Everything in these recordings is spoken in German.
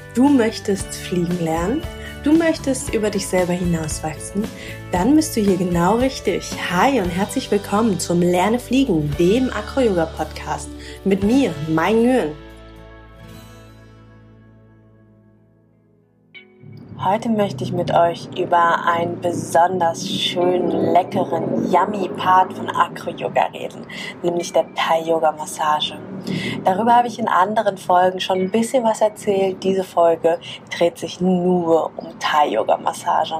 Du möchtest fliegen lernen? Du möchtest über dich selber hinauswachsen? Dann bist du hier genau richtig. Hi und herzlich willkommen zum Lerne Fliegen, dem Acro-Yoga-Podcast. Mit mir, Mai Nguyen. Heute möchte ich mit euch über einen besonders schönen, leckeren, yummy Part von Acro-Yoga reden, nämlich der Thai-Yoga-Massage. Darüber habe ich in anderen Folgen schon ein bisschen was erzählt. Diese Folge dreht sich nur um Thai-Yoga-Massage.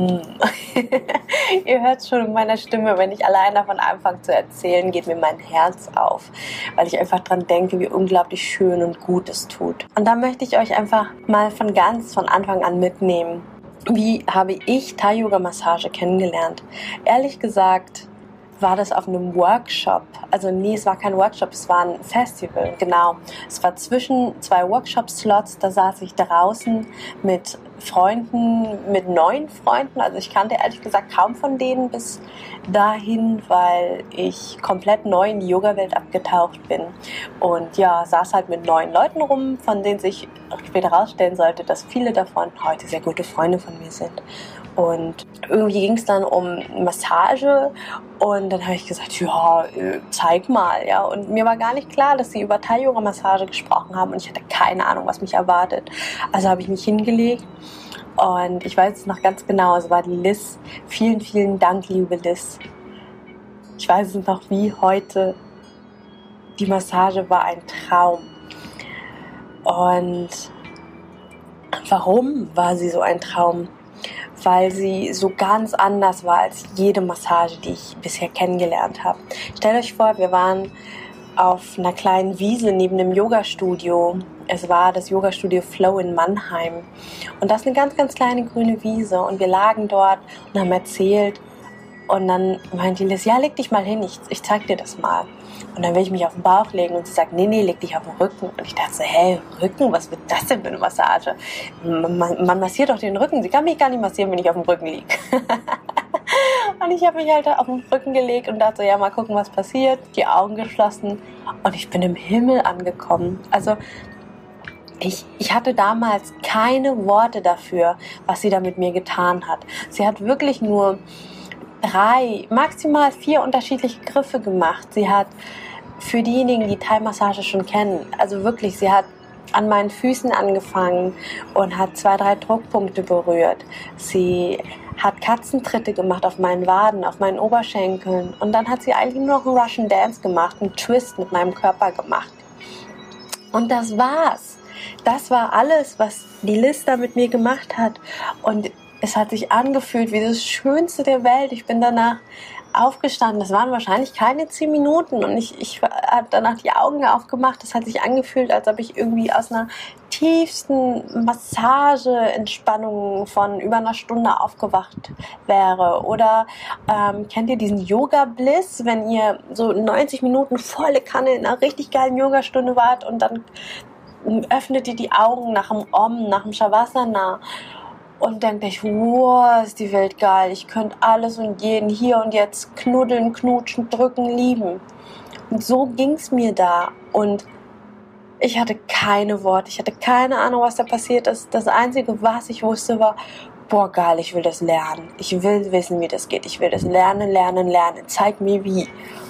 Ihr hört es schon in meiner Stimme, wenn ich allein davon anfange zu erzählen, geht mir mein Herz auf, weil ich einfach dran denke, wie unglaublich schön und gut es tut. Und da möchte ich euch einfach mal von Anfang an mitnehmen. Wie habe ich Thai-Yoga-Massage kennengelernt? Ehrlich gesagt war das auf einem Workshop. Also nee, es war kein Workshop, es war ein Festival, genau. Es war zwischen zwei Workshop-Slots, da saß ich draußen mit Freunden, mit neuen Freunden. Also ich kannte ehrlich gesagt kaum von denen bis dahin, weil ich komplett neu in die Yoga-Welt abgetaucht bin. Und ja, saß halt mit neuen Leuten rum, von denen sich später rausstellen sollte, dass viele davon heute sehr gute Freunde von mir sind. Und irgendwie ging es dann um Massage und dann habe ich gesagt, ja, zeig mal, ja. Und mir war gar nicht klar, dass sie über Thai-Yoga-Massage gesprochen haben und ich hatte keine Ahnung, was mich erwartet. Also habe ich mich hingelegt und ich weiß es noch ganz genau, es war die Liz. Vielen, vielen Dank, liebe Liz. Ich weiß es noch wie heute. Die Massage war ein Traum. Und warum war sie so ein Traum? Weil sie so ganz anders war als jede Massage, die ich bisher kennengelernt habe. Stellt euch vor, wir waren auf einer kleinen Wiese neben dem Yogastudio. Es war das Yogastudio Flow in Mannheim. Und das ist eine ganz, ganz kleine grüne Wiese. Und wir lagen dort und haben erzählt. Und dann meinte Liz, ja, leg dich mal hin, ich zeig dir das mal. Und dann will ich mich auf den Bauch legen und sie sagt, nee, leg dich auf den Rücken. Und ich dachte so, Rücken, was wird das denn für eine Massage? Man massiert doch den Rücken, sie kann mich gar nicht massieren, wenn ich auf dem Rücken liege. Und ich habe mich halt auf den Rücken gelegt und dachte so, ja, mal gucken, was passiert. Die Augen geschlossen und ich bin im Himmel angekommen. Also ich hatte damals keine Worte dafür, was sie da mit mir getan hat. Sie hat wirklich nur 3, maximal 4 unterschiedliche Griffe gemacht. Sie hat für diejenigen, die Thai-Massage schon kennen, also wirklich, sie hat an meinen Füßen angefangen und hat 2, 3 Druckpunkte berührt. Sie hat Katzentritte gemacht auf meinen Waden, auf meinen Oberschenkeln und dann hat sie eigentlich nur noch einen Russian Dance gemacht, einen Twist mit meinem Körper gemacht. Und das war's. Das war alles, was die Liz da mit mir gemacht hat. Und es hat sich angefühlt wie das Schönste der Welt. Ich bin danach aufgestanden. Das waren wahrscheinlich keine 10 Minuten. Und ich habe danach die Augen aufgemacht. Das hat sich angefühlt, als ob ich irgendwie aus einer tiefsten Massage-Entspannung von über einer Stunde aufgewacht wäre. Oder kennt ihr diesen Yoga-Bliss, wenn ihr so 90 Minuten volle Kanne in einer richtig geilen Yogastunde wart und dann öffnet ihr die Augen nach dem Om, nach dem Shavasana und denkt euch, wow, ist die Welt geil. Ich könnte alles und jeden hier und jetzt knuddeln, knutschen, drücken, lieben. Und so ging's mir da. Und ich hatte keine Worte. Ich hatte keine Ahnung, was da passiert ist. Das Einzige, was ich wusste, war, boah, geil, ich will das lernen. Ich will wissen, wie das geht. Ich will das lernen. Zeig mir wie.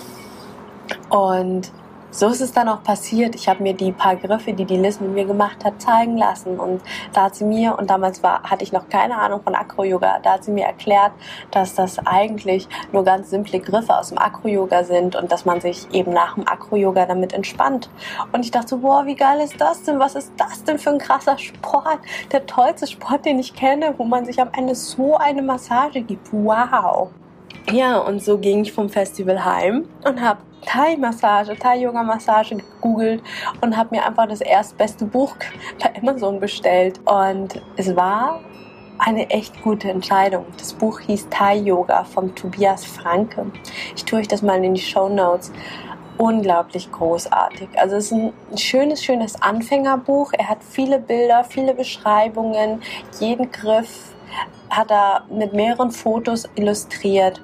Und so ist es dann auch passiert. Ich habe mir die paar Griffe, die Liz mit mir gemacht hat, zeigen lassen. Und da hat sie mir, und damals hatte ich noch keine Ahnung von Acro-Yoga, da hat sie mir erklärt, dass das eigentlich nur ganz simple Griffe aus dem Acro-Yoga sind und dass man sich eben nach dem Acro-Yoga damit entspannt. Und ich dachte so, boah, wie geil ist das denn? Was ist das denn für ein krasser Sport? Der tollste Sport, den ich kenne, wo man sich am Ende so eine Massage gibt. Wow! Ja, und so ging ich vom Festival heim und habe Thai-Yoga-Massage gegoogelt und habe mir einfach das erstbeste Buch bei Amazon bestellt. Und es war eine echt gute Entscheidung. Das Buch hieß Thai-Yoga von Tobias Franke. Ich tue euch das mal in die Shownotes. Unglaublich großartig. Also es ist ein schönes Anfängerbuch. Er hat viele Bilder, viele Beschreibungen. Jeden Griff hat er mit mehreren Fotos illustriert.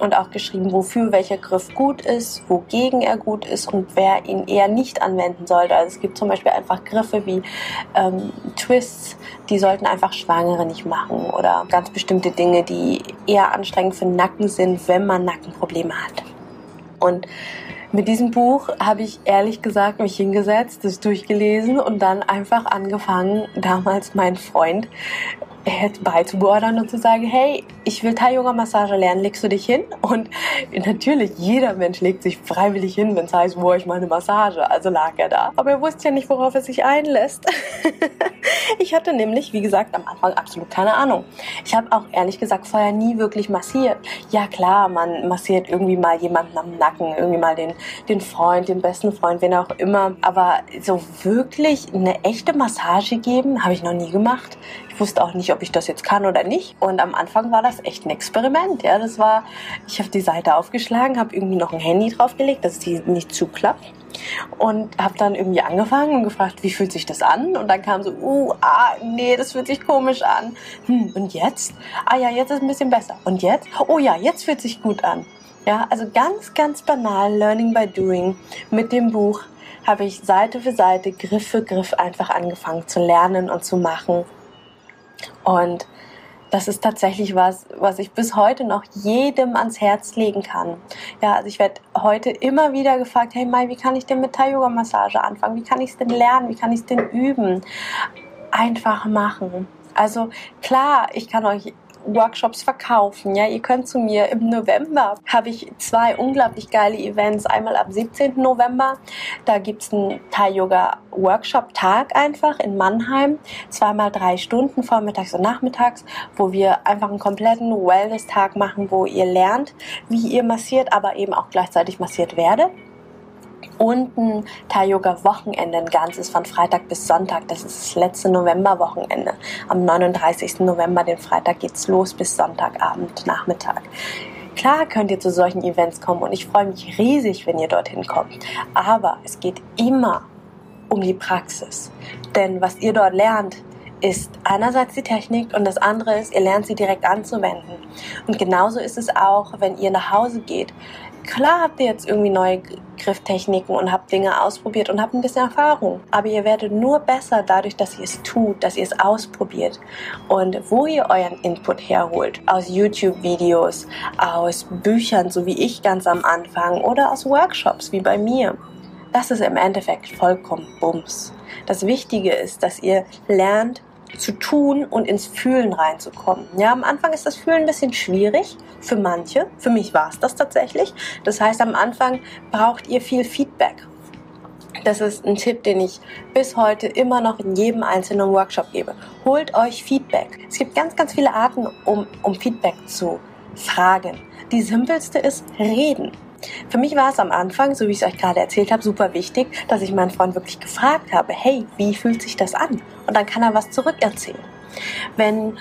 und auch geschrieben, wofür welcher Griff gut ist, wogegen er gut ist und wer ihn eher nicht anwenden sollte. Also es gibt zum Beispiel einfach Griffe wie Twists, die sollten einfach Schwangere nicht machen oder ganz bestimmte Dinge, die eher anstrengend für den Nacken sind, wenn man Nackenprobleme hat. Und mit diesem Buch habe ich ehrlich gesagt mich hingesetzt, das durchgelesen und dann einfach angefangen, damals meinen Freund beizubeordern und zu sagen, hey, ich will Thai-Yoga-Massage lernen, legst du dich hin? Und natürlich, jeder Mensch legt sich freiwillig hin, wenn es heißt, wo ich meine Massage. Also lag er da. Aber er wusste ja nicht, worauf er sich einlässt. Ich hatte nämlich, wie gesagt, am Anfang absolut keine Ahnung. Ich habe auch ehrlich gesagt vorher nie wirklich massiert. Ja klar, man massiert irgendwie mal jemanden am Nacken, irgendwie mal den Freund, den besten Freund, wen auch immer. Aber so wirklich eine echte Massage geben, habe ich noch nie gemacht. Ich wusste auch nicht, ob ich das jetzt kann oder nicht. Und am Anfang war das echt ein Experiment. Ja, ich habe die Seite aufgeschlagen, habe irgendwie noch ein Handy draufgelegt, dass die nicht zuklappt. Und habe dann irgendwie angefangen und gefragt, wie fühlt sich das an? Und dann kam so, nee, das fühlt sich komisch an. Und jetzt? Ja, jetzt ist ein bisschen besser. Und jetzt? Oh ja, jetzt fühlt sich gut an. Ja, also ganz, ganz banal, Learning by Doing. Mit dem Buch habe ich Seite für Seite, Griff für Griff einfach angefangen zu lernen und zu machen. Und das ist tatsächlich was ich bis heute noch jedem ans Herz legen kann. Ja, also ich werde heute immer wieder gefragt, hey Mai, wie kann ich denn mit Thai-Yoga-Massage anfangen? Wie kann ich es denn lernen? Wie kann ich es denn üben? Einfach machen. Also klar, ich kann euch Workshops verkaufen. Ja, ihr könnt zu mir im November, habe ich 2 unglaublich geile Events. Einmal am 17. November, da gibt's einen Thai-Yoga-Workshop-Tag einfach in Mannheim. 2x3 Stunden, vormittags und nachmittags, wo wir einfach einen kompletten Wellness-Tag machen, wo ihr lernt, wie ihr massiert, aber eben auch gleichzeitig massiert werdet. Und ein Thai-Yoga-Wochenende, ein ganzes von Freitag bis Sonntag. Das ist das letzte November-Wochenende. Am 39. November, den Freitag, geht's los bis Sonntagabend, Nachmittag. Klar könnt ihr zu solchen Events kommen und ich freue mich riesig, wenn ihr dorthin kommt. Aber es geht immer um die Praxis. Denn was ihr dort lernt, ist einerseits die Technik und das andere ist, ihr lernt sie direkt anzuwenden. Und genauso ist es auch, wenn ihr nach Hause geht. Klar habt ihr jetzt irgendwie neue Grifftechniken und habt Dinge ausprobiert und habt ein bisschen Erfahrung. Aber ihr werdet nur besser dadurch, dass ihr es tut, dass ihr es ausprobiert. Und wo ihr euren Input herholt, aus YouTube-Videos, aus Büchern, so wie ich ganz am Anfang, oder aus Workshops, wie bei mir, das ist im Endeffekt vollkommen Bums. Das Wichtige ist, dass ihr lernt, zu tun und ins Fühlen reinzukommen. Ja, am Anfang ist das Fühlen ein bisschen schwierig für manche. Für mich war es das tatsächlich. Das heißt, am Anfang braucht ihr viel Feedback. Das ist ein Tipp, den ich bis heute immer noch in jedem einzelnen Workshop gebe. Holt euch Feedback. Es gibt ganz, ganz viele Arten, um Feedback zu fragen. Die simpelste ist reden. Für mich war es am Anfang, so wie ich es euch gerade erzählt habe, super wichtig, dass ich meinen Freund wirklich gefragt habe, hey, wie fühlt sich das an? Und dann kann er was zurückerzählen. Wenn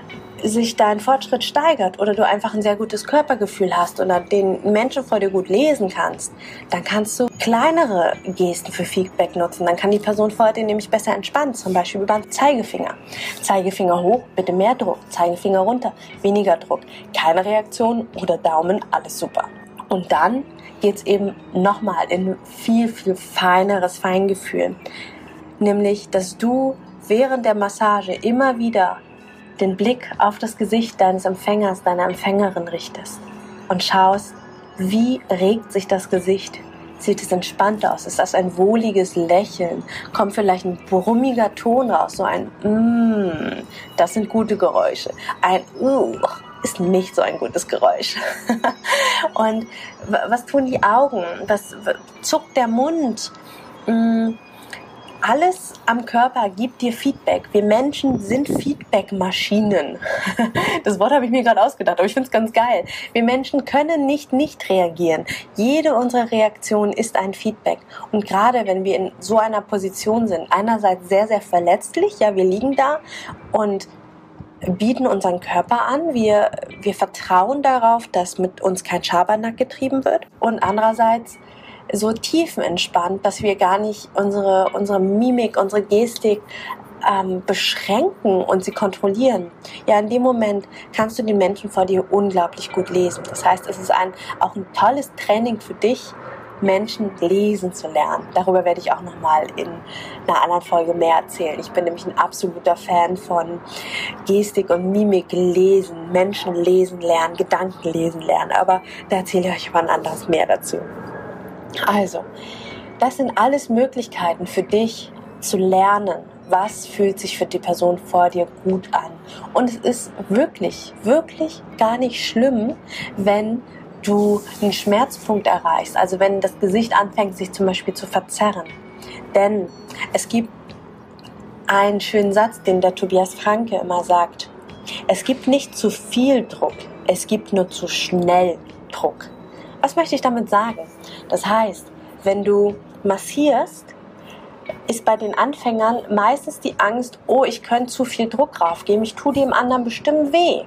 sich dein Fortschritt steigert oder du einfach ein sehr gutes Körpergefühl hast oder den Menschen vor dir gut lesen kannst, dann kannst du kleinere Gesten für Feedback nutzen. Dann kann die Person vor dir nämlich besser entspannen, zum Beispiel über den Zeigefinger. Zeigefinger hoch, bitte mehr Druck. Zeigefinger runter, weniger Druck. Keine Reaktion oder Daumen, alles super. Und dann geht's eben nochmal in viel, viel feineres Feingefühl. Nämlich, dass du während der Massage immer wieder den Blick auf das Gesicht deines Empfängers, deiner Empfängerin richtest und schaust, wie regt sich das Gesicht? Sieht es entspannt aus? Ist das ein wohliges Lächeln? Kommt vielleicht ein brummiger Ton raus? So ein das sind gute Geräusche. Ein ist nicht so ein gutes Geräusch. Und was tun die Augen? Was zuckt der Mund? Alles am Körper gibt dir Feedback. Wir Menschen sind Feedback-Maschinen. Das Wort habe ich mir gerade ausgedacht, aber ich finde es ganz geil. Wir Menschen können nicht reagieren. Jede unserer Reaktionen ist ein Feedback. Und gerade wenn wir in so einer Position sind, einerseits sehr, sehr verletzlich, ja, wir liegen da und bieten unseren Körper an. Wir vertrauen darauf, dass mit uns kein Schabernack getrieben wird. Und andererseits so tiefenentspannt, dass wir gar nicht unsere Mimik, unsere Gestik beschränken und sie kontrollieren, ja, in dem Moment kannst du den Menschen vor dir unglaublich gut lesen. Das heißt, es ist auch ein tolles Training für dich, Menschen lesen zu lernen. Darüber werde ich auch nochmal in einer anderen Folge mehr erzählen. Ich bin nämlich ein absoluter Fan von Gestik und Mimik lesen, Menschen lesen lernen, Gedanken lesen lernen. Aber da erzähle ich euch wann anders mehr dazu. Also, das sind alles Möglichkeiten für dich zu lernen, was fühlt sich für die Person vor dir gut an. Und es ist wirklich, wirklich gar nicht schlimm, wenn du einen Schmerzpunkt erreichst, also wenn das Gesicht anfängt, sich zum Beispiel zu verzerren. Denn es gibt einen schönen Satz, den der Tobias Franke immer sagt. Es gibt nicht zu viel Druck, es gibt nur zu schnell Druck. Was möchte ich damit sagen? Das heißt, wenn du massierst, ist bei den Anfängern meistens die Angst, oh, ich könnte zu viel Druck draufgeben, ich tue dem anderen bestimmt weh.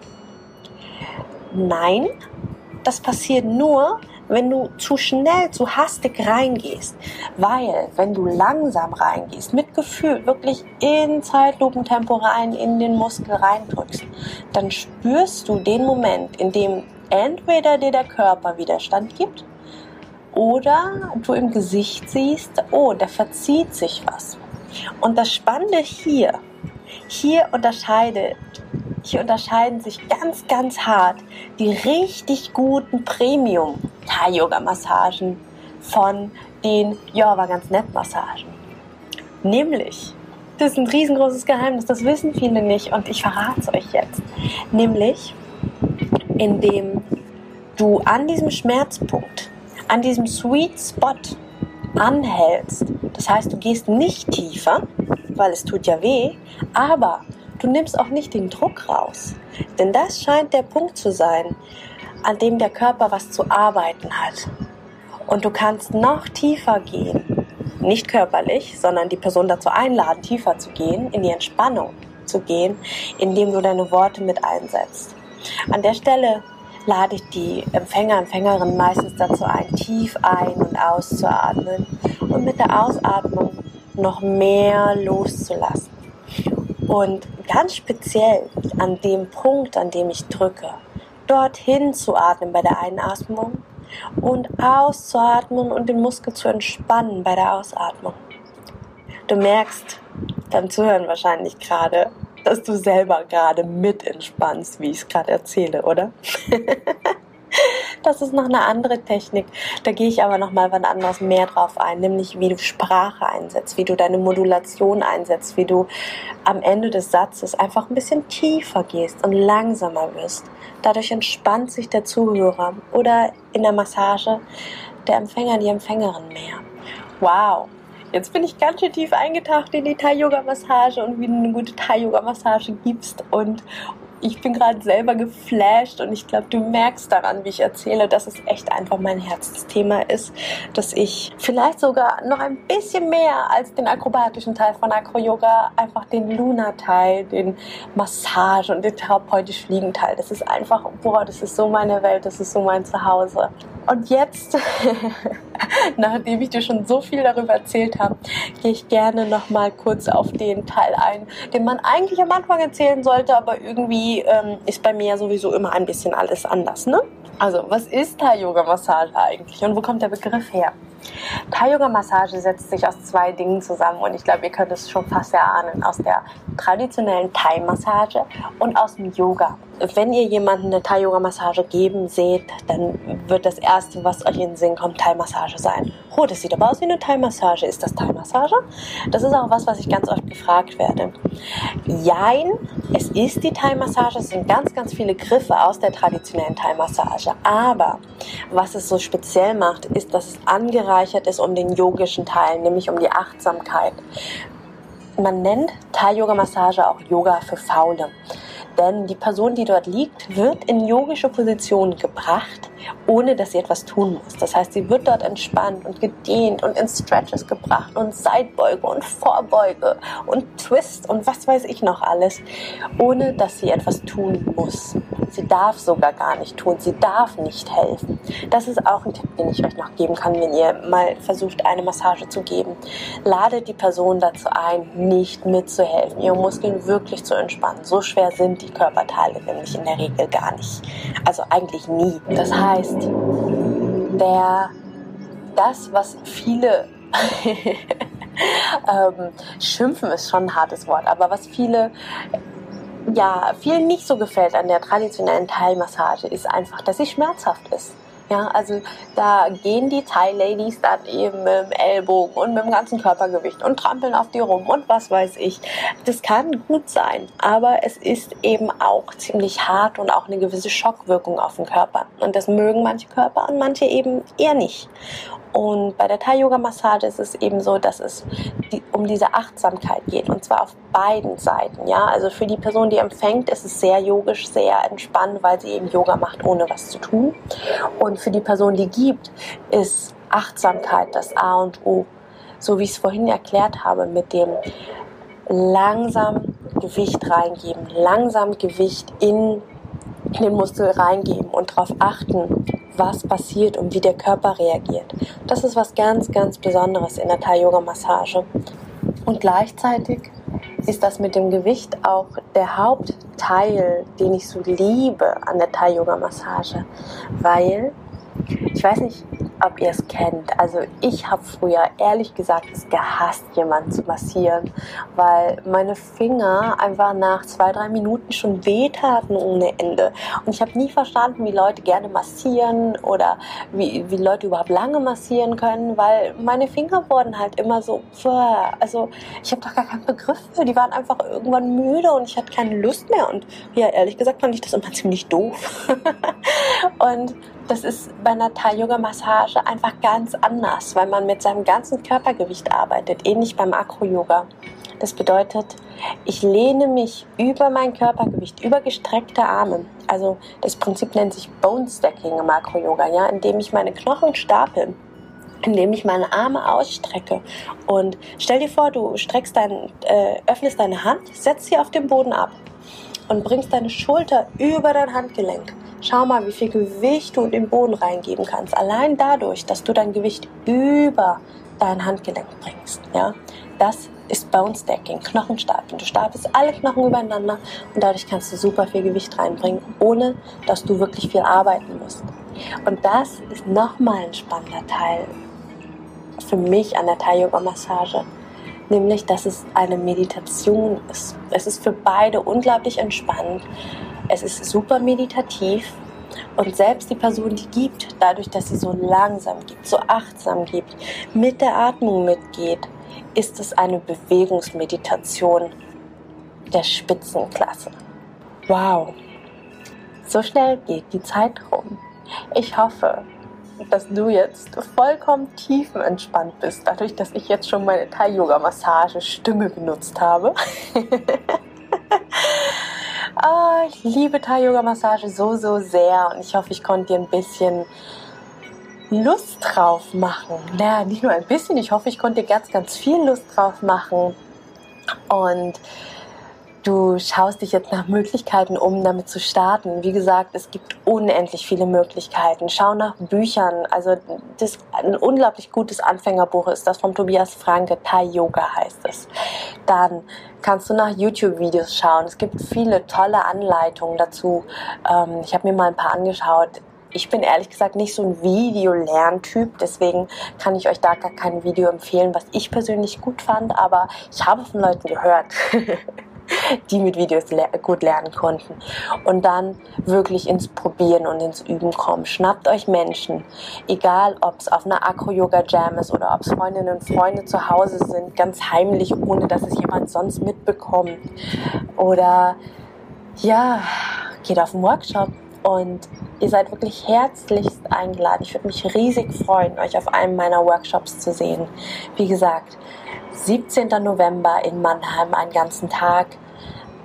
Nein, das passiert nur, wenn du zu schnell, zu hastig reingehst. Weil, wenn du langsam reingehst, mit Gefühl, wirklich in Zeitlupentempo rein, in den Muskel reindrückst, dann spürst du den Moment, in dem entweder dir der Körper Widerstand gibt oder du im Gesicht siehst, oh, da verzieht sich was. Und das Spannende hier unterscheiden sich ganz, ganz hart die richtig guten Premium-Thai-Yoga-Massagen von den war ganz nett Massagen. Nämlich, das ist ein riesengroßes Geheimnis, das wissen viele nicht und ich verrate es euch jetzt. Nämlich, indem du an diesem Schmerzpunkt, an diesem Sweet Spot anhältst. Das heißt, du gehst nicht tiefer, weil es tut ja weh, aber du nimmst auch nicht den Druck raus. Denn das scheint der Punkt zu sein, an dem der Körper was zu arbeiten hat. Und du kannst noch tiefer gehen. Nicht körperlich, sondern die Person dazu einladen, tiefer zu gehen, in die Entspannung zu gehen, indem du deine Worte mit einsetzt. An der Stelle lade ich die Empfänger, Empfängerinnen meistens dazu ein, tief ein- und auszuatmen und mit der Ausatmung noch mehr loszulassen. Und ganz speziell an dem Punkt, an dem ich drücke, dorthin zu atmen bei der Einatmung und auszuatmen und den Muskel zu entspannen bei der Ausatmung. Du merkst beim Zuhören wahrscheinlich gerade, dass du selber gerade mit entspannst, wie ich es gerade erzähle, oder? Das ist noch eine andere Technik. Da gehe ich aber noch mal wann anders mehr drauf ein, nämlich wie du Sprache einsetzt, wie du deine Modulation einsetzt, wie du am Ende des Satzes einfach ein bisschen tiefer gehst und langsamer wirst. Dadurch entspannt sich der Zuhörer oder in der Massage der Empfänger, die Empfängerin mehr. Wow! Jetzt bin ich ganz schön tief eingetaucht in die Thai-Yoga-Massage und wie du eine gute Thai-Yoga-Massage gibst und ich bin gerade selber geflasht und ich glaube, du merkst daran, wie ich erzähle, dass es echt einfach mein Herzensthema ist, dass ich vielleicht sogar noch ein bisschen mehr als den akrobatischen Teil von Acro-Yoga einfach den Luna-Teil, den Massage und den therapeutisch Fliegen-Teil, das ist einfach, das ist so meine Welt, das ist so mein Zuhause. Und jetzt, nachdem ich dir schon so viel darüber erzählt habe, gehe ich gerne noch mal kurz auf den Teil ein, den man eigentlich am Anfang erzählen sollte, aber irgendwie ist bei mir sowieso immer ein bisschen alles anders, ne? Also, was ist Thai-Yoga-Massage eigentlich und wo kommt der Begriff her? Thai-Yoga-Massage setzt sich aus zwei Dingen zusammen und ich glaube, ihr könnt es schon fast erahnen, aus der traditionellen Thai-Massage und aus dem Yoga. Wenn ihr jemanden eine Thai-Yoga-Massage geben seht, dann wird das Erste, was euch in den Sinn kommt, Thai-Massage sein. Oh, das sieht aber aus wie eine Thai-Massage. Ist das Thai-Massage? Das ist auch was ich ganz oft gefragt werde. Jein, es ist die Thai-Massage, es sind ganz, ganz viele Griffe aus der traditionellen Thai-Massage. Aber was es so speziell macht, ist, dass es angereichert ist um den yogischen Teil, nämlich um die Achtsamkeit. Man nennt Thai-Yoga-Massage auch Yoga für Faule. Denn die Person, die dort liegt, wird in yogische Positionen gebracht, ohne dass sie etwas tun muss. Das heißt, sie wird dort entspannt und gedehnt und in Stretches gebracht und Seitbeuge und Vorbeuge und Twist und was weiß ich noch alles, ohne dass sie etwas tun muss. Sie darf sogar gar nicht tun, sie darf nicht helfen. Das ist auch ein Tipp, den ich euch noch geben kann, wenn ihr mal versucht, eine Massage zu geben. Ladet die Person dazu ein, nicht mitzuhelfen, ihre Muskeln wirklich zu entspannen. So schwer sind die Körperteile nämlich in der Regel gar nicht. Also eigentlich nie. Das heißt, das, was viele schimpfen ist schon ein hartes Wort, aber was vielen nicht so gefällt an der traditionellen Thai-Massage, ist einfach, dass sie schmerzhaft ist. Ja, also da gehen die Thai-Ladies dann eben mit dem Ellbogen und mit dem ganzen Körpergewicht und trampeln auf die rum und was weiß ich. Das kann gut sein, aber es ist eben auch ziemlich hart und auch eine gewisse Schockwirkung auf den Körper. Und das mögen manche Körper und manche eben eher nicht. Und bei der Thai-Yoga-Massage ist es eben so, dass es um diese Achtsamkeit geht, und zwar auf beiden Seiten. Ja? Also für die Person, die empfängt, ist es sehr yogisch, sehr entspannt, weil sie eben Yoga macht, ohne was zu tun. Und für die Person, die gibt, ist Achtsamkeit das A und O. So wie ich es vorhin erklärt habe, mit dem langsam Gewicht reingeben, langsam Gewicht in den Muskel reingeben und darauf achten, was passiert und wie der Körper reagiert. Das ist was ganz, ganz Besonderes in der Thai-Yoga-Massage. Und gleichzeitig ist das mit dem Gewicht auch der Hauptteil, den ich so liebe an der Thai-Yoga-Massage, weil, ich weiß nicht, ob ihr es kennt, also ich habe früher ehrlich gesagt es gehasst, jemanden zu massieren, weil meine Finger einfach nach 2-3 Minuten schon wehtaten ohne Ende. Und ich habe nie verstanden, wie Leute gerne massieren oder wie Leute überhaupt lange massieren können, weil meine Finger wurden halt immer so, also ich habe doch gar keinen Begriff für, die waren einfach irgendwann müde und ich hatte keine Lust mehr und ja, ehrlich gesagt fand ich das immer ziemlich doof. Und das ist bei einer Thai-Yoga-Massage einfach ganz anders, weil man mit seinem ganzen Körpergewicht arbeitet, ähnlich beim Acro-Yoga. Das bedeutet, ich lehne mich über mein Körpergewicht, über gestreckte Arme. Also das Prinzip nennt sich Bone Stacking im Acro-Yoga, ja, indem ich meine Knochen stapel, indem ich meine Arme ausstrecke. Und stell dir vor, du öffnest deine Hand, setzt sie auf den Boden ab und bringst deine Schulter über dein Handgelenk. Schau mal, wie viel Gewicht du in den Boden reingeben kannst. Allein dadurch, dass du dein Gewicht über dein Handgelenk bringst. Ja? Das ist Bone Stacking, Knochenstapeln. Du stapelst alle Knochen übereinander und dadurch kannst du super viel Gewicht reinbringen, ohne dass du wirklich viel arbeiten musst. Und das ist nochmal ein spannender Teil für mich an der Thai-Yoga-Massage. Nämlich, dass es eine Meditation ist. Es ist für beide unglaublich entspannt. Es ist super meditativ und selbst die Person, die gibt, dadurch, dass sie so langsam gibt, so achtsam gibt, mit der Atmung mitgeht, ist es eine Bewegungsmeditation der Spitzenklasse. Wow, so schnell geht die Zeit rum. Ich hoffe, dass du jetzt vollkommen tiefenentspannt bist, dadurch, dass ich jetzt schon meine Thai-Yoga-Massage-Stimme benutzt habe. Ich liebe Thai-Yoga-Massage so, so sehr und ich hoffe, ich konnte dir ein bisschen Lust drauf machen. Naja, nicht nur ein bisschen, ich hoffe, ich konnte dir ganz, ganz viel Lust drauf machen und du schaust dich jetzt nach Möglichkeiten um, damit zu starten. Wie gesagt, es gibt unendlich viele Möglichkeiten. Schau nach Büchern. Also ein unglaublich gutes Anfängerbuch ist das von Tobias Franke, Thai Yoga heißt es. Dann kannst du nach YouTube-Videos schauen. Es gibt viele tolle Anleitungen dazu. Ich habe mir mal ein paar angeschaut. Ich bin ehrlich gesagt nicht so ein Video-Lerntyp, deswegen kann ich euch da gar kein Video empfehlen, was ich persönlich gut fand, aber ich habe von Leuten gehört, die mit Videos gut lernen konnten. Und dann wirklich ins Probieren und ins Üben kommen. Schnappt euch Menschen, egal ob es auf einer Acro-Yoga-Jam ist oder ob es Freundinnen und Freunde zu Hause sind, ganz heimlich, ohne dass es jemand sonst mitbekommt. Oder ja, geht auf einen Workshop und ihr seid wirklich herzlichst eingeladen. Ich würde mich riesig freuen, euch auf einem meiner Workshops zu sehen. Wie gesagt, 17. November in Mannheim einen ganzen Tag,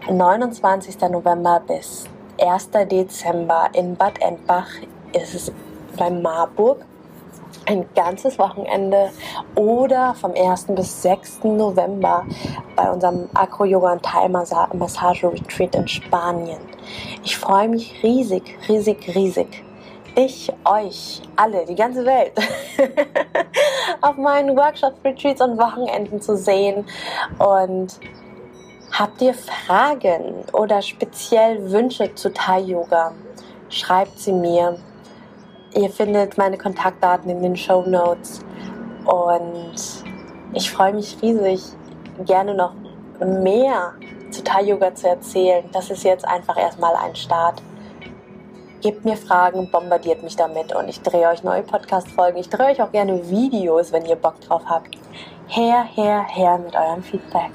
29. November bis 1. Dezember in Bad Endbach ist es bei Marburg ein ganzes Wochenende oder vom 1. bis 6. November bei unserem Acro-Yoga- und Thai-Massage-Retreat in Spanien. Ich freue mich riesig, riesig, riesig, dich, euch, alle, die ganze Welt auf meinen Workshops, Retreats und Wochenenden zu sehen. Und habt ihr Fragen oder speziell Wünsche zu Thai-Yoga? Schreibt sie mir. Ihr findet meine Kontaktdaten in den Shownotes. Und ich freue mich riesig, gerne noch mehr zu Thai-Yoga zu erzählen. Das ist jetzt einfach erstmal ein Start. Gebt mir Fragen, bombardiert mich damit und ich drehe euch neue Podcast-Folgen. Ich drehe euch auch gerne Videos, wenn ihr Bock drauf habt. Her mit eurem Feedback.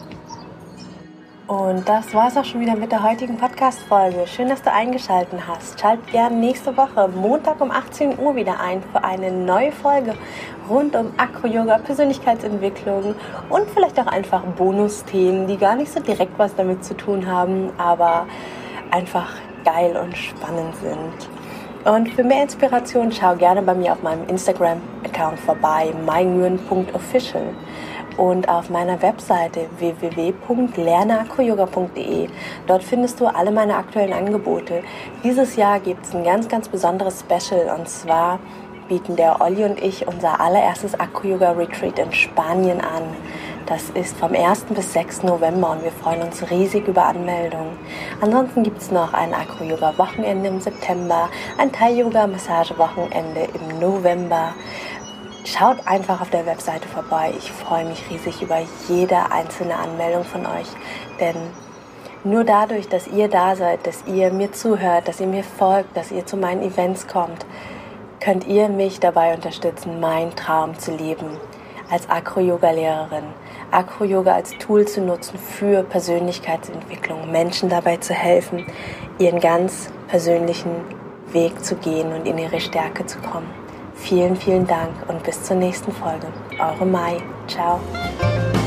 Und das war's auch schon wieder mit der heutigen Podcast-Folge. Schön, dass du eingeschaltet hast. Schalt gerne nächste Woche, Montag um 18 Uhr wieder ein für eine neue Folge rund um Acro-Yoga, Persönlichkeitsentwicklung und vielleicht auch einfach Bonusthemen, die gar nicht so direkt was damit zu tun haben, aber einfach geil und spannend sind. Und für mehr Inspiration schau gerne bei mir auf meinem Instagram-Account vorbei, mynguyen.official. Und auf meiner Webseite www.lernacroyoga.de. Dort findest du alle meine aktuellen Angebote. Dieses Jahr gibt es ein ganz, ganz besonderes Special, und zwar bieten der Olli und ich unser allererstes Acro-Yoga-Retreat in Spanien an. Das ist vom 1. bis 6. November und wir freuen uns riesig über Anmeldungen. Ansonsten gibt es noch ein Acro-Yoga-Wochenende im September, ein Thai-Yoga-Massage-Wochenende im November. Schaut einfach auf der Webseite vorbei. Ich freue mich riesig über jede einzelne Anmeldung von euch, denn nur dadurch, dass ihr da seid, dass ihr mir zuhört, dass ihr mir folgt, dass ihr zu meinen Events kommt, könnt ihr mich dabei unterstützen, meinen Traum zu leben, als Acro-Yoga-Lehrerin, Acro-Yoga als Tool zu nutzen für Persönlichkeitsentwicklung, Menschen dabei zu helfen, ihren ganz persönlichen Weg zu gehen und in ihre Stärke zu kommen. Vielen, vielen Dank und bis zur nächsten Folge. Eure Mai. Ciao.